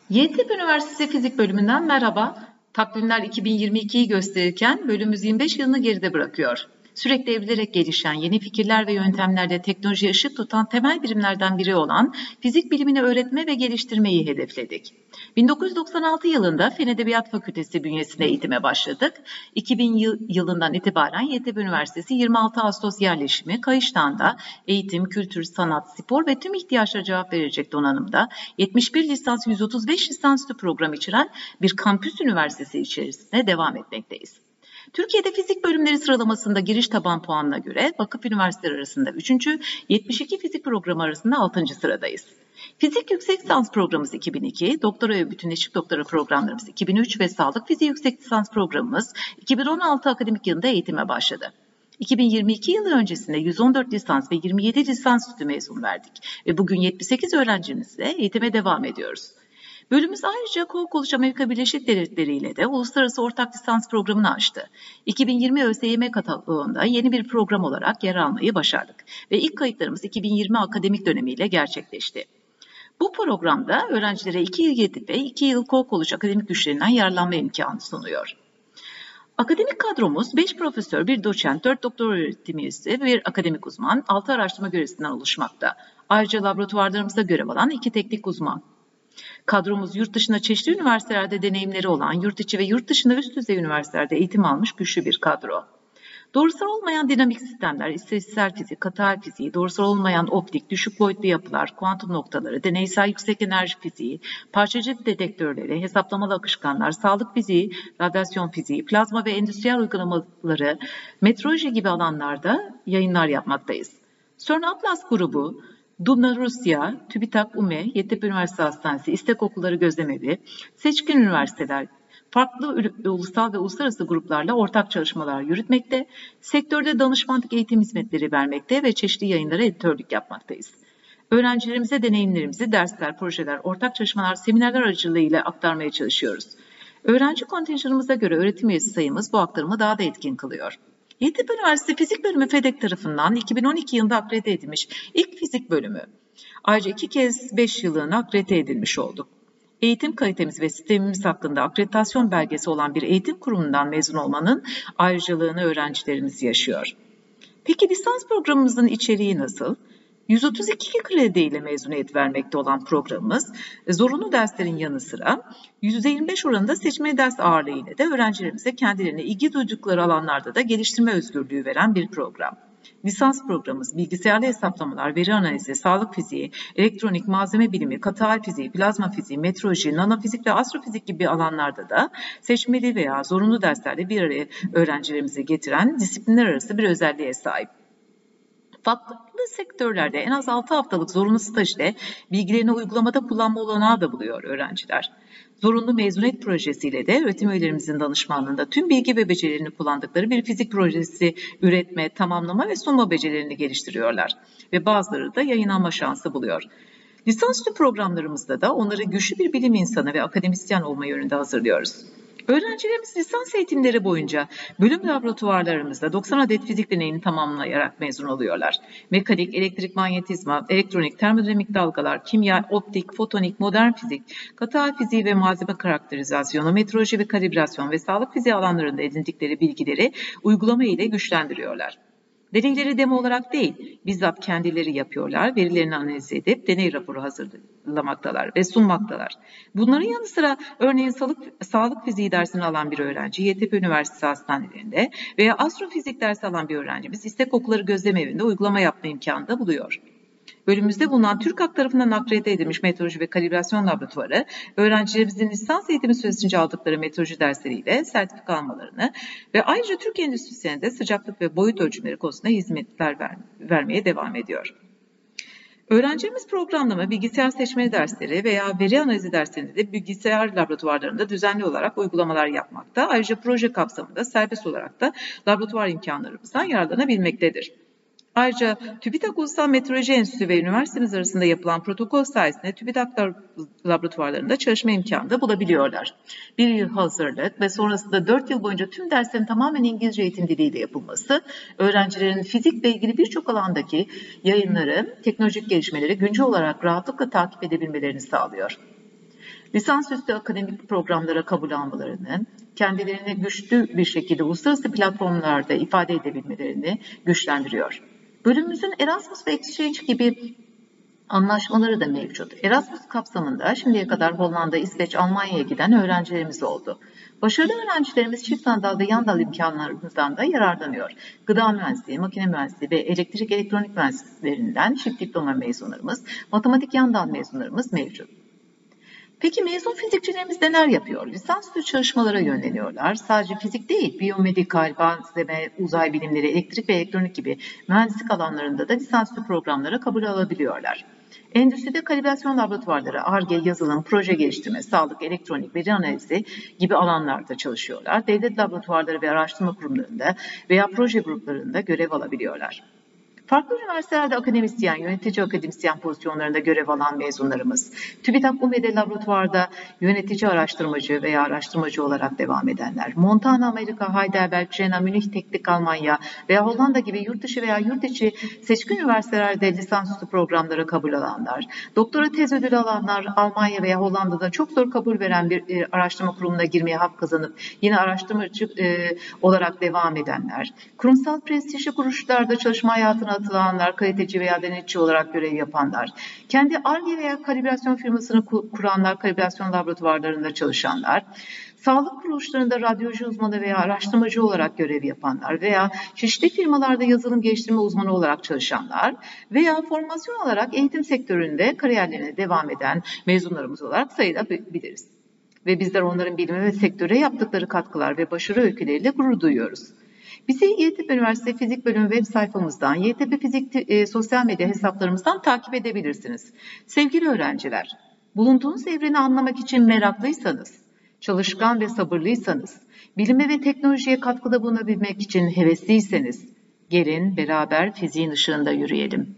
Yeditepe Üniversitesi Fizik Bölümünden merhaba. Takvimler 2022'yi gösterirken bölümümüz 25 yılını geride bırakıyor. Sürekli evrilerek gelişen yeni fikirler ve yöntemlerle teknolojiye ışık tutan temel birimlerden biri olan fizik bilimini öğretme ve geliştirmeyi hedefledik. 1996 yılında Fen Edebiyat Fakültesi bünyesinde eğitime başladık. 2000 yılından itibaren Yeditepe Üniversitesi 26 Ağustos yerleşimi Kayıştağ'da eğitim, kültür, sanat, spor ve tüm ihtiyaçlara cevap verecek donanımda 71 lisans, 135 lisansüstü program içeren bir kampüs üniversitesi içerisinde devam etmekteyiz. Türkiye'de fizik bölümleri sıralamasında giriş taban puanına göre vakıf üniversiteleri arasında 3. 72 fizik programı arasında 6. sıradayız. Fizik yüksek lisans programımız 2002, doktora ve bütünleşik doktora programlarımız 2003 ve sağlık fiziği yüksek lisans programımız 2016 akademik yılında eğitime başladı. 2022 yılı öncesinde 114 lisans ve 27 lisansüstü mezun verdik ve bugün 78 öğrencimizle eğitime devam ediyoruz. Bölümümüz ayrıca Koç Amerika Birleşik Devletleri ile de uluslararası ortak lisans programını açtı. 2020 ÖSYM kataloğunda yeni bir program olarak yer almayı başardık ve ilk kayıtlarımız 2020 akademik dönemiyle gerçekleşti. Bu programda öğrencilere 2 yıl Yeditepe, 2 yıl Koç akademik güçlerinden yararlanma imkanı sunuyor. Akademik kadromuz 5 profesör, 1 doçent, 4 doktor öğretim üyesi, 1 akademik uzman, 6 araştırma görevlisinden oluşmakta. Ayrıca laboratuvarlarımızda görev alan 2 teknik uzman. Kadromuz yurt dışında çeşitli üniversitelerde deneyimleri olan, yurt içi ve yurt dışında üst düzey üniversitelerde eğitim almış güçlü bir kadro. Doğrusal olmayan dinamik sistemler, istatistiksel fizik, katı fiziği, doğrusal olmayan optik, düşük boyutlu yapılar, kuantum noktaları, deneysel yüksek enerji fiziği, parçacık dedektörleri, hesaplamalı akışkanlar, sağlık fiziği, radyasyon fiziği, plazma ve endüstriyel uygulamaları, metroloji gibi alanlarda yayınlar yapmaktayız. CERN Atlas grubu, Dubna Rusya, TÜBİTAK UME, Yeditepe Üniversitesi Hastanesi, İstek Okulları Gözlemevi, seçkin üniversiteler, farklı ulusal ve uluslararası gruplarla ortak çalışmalar yürütmekte, sektörde danışmanlık eğitim hizmetleri vermekte ve çeşitli yayınlara editörlük yapmaktayız. Öğrencilerimize deneyimlerimizi dersler, projeler, ortak çalışmalar, seminerler aracılığıyla aktarmaya çalışıyoruz. Öğrenci kontenjanımıza göre öğretim üyesi sayımız bu aktarımı daha da etkin kılıyor. Yeditepe Üniversitesi Fizik Bölümü FEDEK tarafından 2012 yılında akredite edilmiş ilk fizik bölümü. Ayrıca 2 kez 5 yıllığına akredite edilmiş olduk. Eğitim kalitemiz ve sistemimiz hakkında akreditasyon belgesi olan bir eğitim kurumundan mezun olmanın ayrıcalığını öğrencilerimiz yaşıyor. Peki lisans programımızın içeriği nasıl? 132 kredi ile mezuniyet vermekte olan programımız zorunlu derslerin yanı sıra %25 oranında seçmeli ders ağırlığı ile de öğrencilerimize kendilerine ilgi duydukları alanlarda da geliştirme özgürlüğü veren bir program. Lisans programımız bilgisayarlı hesaplamalar, veri analizi, sağlık fiziği, elektronik, malzeme bilimi, katı fiziği, plazma fiziği, metroloji, nanofizik ve astrofizik gibi alanlarda da seçmeli veya zorunlu derslerle bir araya öğrencilerimizi getiren disiplinler arası bir özelliğe sahip. Farklı sektörlerde en az 6 haftalık zorunlu staj ile bilgilerini uygulamada kullanma olanağı da buluyor öğrenciler. Zorunlu mezuniyet projesiyle de öğretim üyelerimizin danışmanlığında tüm bilgi ve becerilerini kullandıkları bir fizik projesi üretme, tamamlama ve sunma becerilerini geliştiriyorlar ve bazıları da yayınlanma şansı buluyor. Lisansüstü programlarımızda da onları güçlü bir bilim insanı ve akademisyen olma yönünde hazırlıyoruz. Öğrencilerimiz lisans eğitimleri boyunca bölüm laboratuvarlarımızda 90 adet fizik deneyini tamamlayarak mezun oluyorlar. Mekanik, elektrik manyetizma, elektronik, termodinamik dalgalar, kimya, optik, fotonik, modern fizik, katı fiziği ve malzeme karakterizasyonu, metroloji ve kalibrasyon ve sağlık fiziği alanlarında edindikleri bilgileri uygulama ile güçlendiriyorlar. Deneyleri demo olarak değil, bizzat kendileri yapıyorlar, verilerini analiz edip deney raporu hazırlamaktalar ve sunmaktalar. Bunların yanı sıra örneğin sağlık fiziği dersini alan bir öğrenci Yeditepe Üniversitesi Hastanelerinde veya astrofizik dersi alan bir öğrencimiz İstek Okulları Gözlemevi'nde uygulama yapma imkanı da buluyor. Bölümümüzde bulunan TÜRKAK tarafından akredite edilmiş metroloji ve kalibrasyon laboratuvarı, öğrencilerimizin lisans eğitimi süresince aldıkları metroloji dersleriyle sertifika almalarını ve ayrıca Türk endüstrisine de sıcaklık ve boyut ölçümleri konusunda hizmetler vermeye devam ediyor. Öğrencilerimiz programlama, bilgisayar seçmeli dersleri veya veri analizi derslerinde de bilgisayar laboratuvarlarında düzenli olarak uygulamalar yapmakta. Ayrıca proje kapsamında serbest olarak da laboratuvar imkanlarımızdan yararlanabilmektedir. Ayrıca TÜBİTAK Ulusal Meteoroloji Enstitüsü ve üniversitemiz arasında yapılan protokol sayesinde TÜBİTAK laboratuvarlarında çalışma imkanı da bulabiliyorlar. Bir yıl hazırlık ve sonrasında 4 yıl boyunca tüm derslerin tamamen İngilizce eğitim diliyle yapılması, öğrencilerin fizikle ilgili birçok alandaki yayınları, teknolojik gelişmeleri güncel olarak rahatlıkla takip edebilmelerini sağlıyor. Lisansüstü akademik programlara kabul almalarını, kendilerini güçlü bir şekilde uluslararası platformlarda ifade edebilmelerini güçlendiriyor. Bölümümüzün Erasmus ve Exchange gibi anlaşmaları da mevcut. Erasmus kapsamında şimdiye kadar Hollanda, İsveç, Almanya'ya giden öğrencilerimiz oldu. Başarılı öğrencilerimiz çift dal ve yan dal imkanlarımızdan da yararlanıyor. Gıda mühendisliği, makine mühendisliği ve elektrik elektronik mühendisliklerinden çift diploma mezunlarımız, matematik yan dal mezunlarımız mevcut. Peki mezun fizikçilerimiz neler yapıyor? Lisansüstü çalışmalara yönleniyorlar. Sadece fizik değil, biyomedikal, malzeme, uzay bilimleri, elektrik ve elektronik gibi mühendislik alanlarında da lisansüstü programlara kabul alabiliyorlar. Endüstride kalibrasyon laboratuvarları, Ar-Ge, yazılım, proje geliştirme, sağlık, elektronik, veri analizi gibi alanlarda çalışıyorlar. Devlet laboratuvarları ve araştırma kurumlarında veya proje gruplarında görev alabiliyorlar. Farklı üniversitelerde akademisyen, yönetici akademisyen pozisyonlarında görev alan mezunlarımız, TÜBİTAK UME'de laboratuvarda yönetici araştırmacı veya araştırmacı olarak devam edenler, Montana Amerika, Heidelberg, Jena, Münih Teknik Almanya veya Hollanda gibi yurt dışı veya yurt içi seçkin üniversitelerde lisansüstü programlara kabul alanlar, doktora tez ödülü alanlar, Almanya veya Hollanda'da çok zor kabul veren bir araştırma kurumuna girmeye hak kazanıp yine araştırmacı olarak devam edenler, kurumsal prestijli kuruluşlarda çalışma hayatına atılanlar, kaliteci veya denetçi olarak görev yapanlar, kendi Ar-Ge veya kalibrasyon firmasını kuranlar, kalibrasyon laboratuvarlarında çalışanlar, sağlık kuruluşlarında radyoloji uzmanı veya araştırmacı olarak görev yapanlar veya çeşitli firmalarda yazılım geliştirme uzmanı olarak çalışanlar veya formasyon olarak eğitim sektöründe kariyerlerine devam eden mezunlarımız olarak sayılabiliriz. Ve bizler onların bilime ve sektöre yaptıkları katkılar ve başarı öyküleriyle gurur duyuyoruz. Bizi Yeditepe Üniversitesi Fizik Bölümü web sayfamızdan, Yeditepe Fizik sosyal medya hesaplarımızdan takip edebilirsiniz. Sevgili öğrenciler, bulunduğunuz evreni anlamak için meraklıysanız, çalışkan ve sabırlıysanız, bilime ve teknolojiye katkıda bulunabilmek için hevesliyseniz, gelin beraber fiziğin ışığında yürüyelim.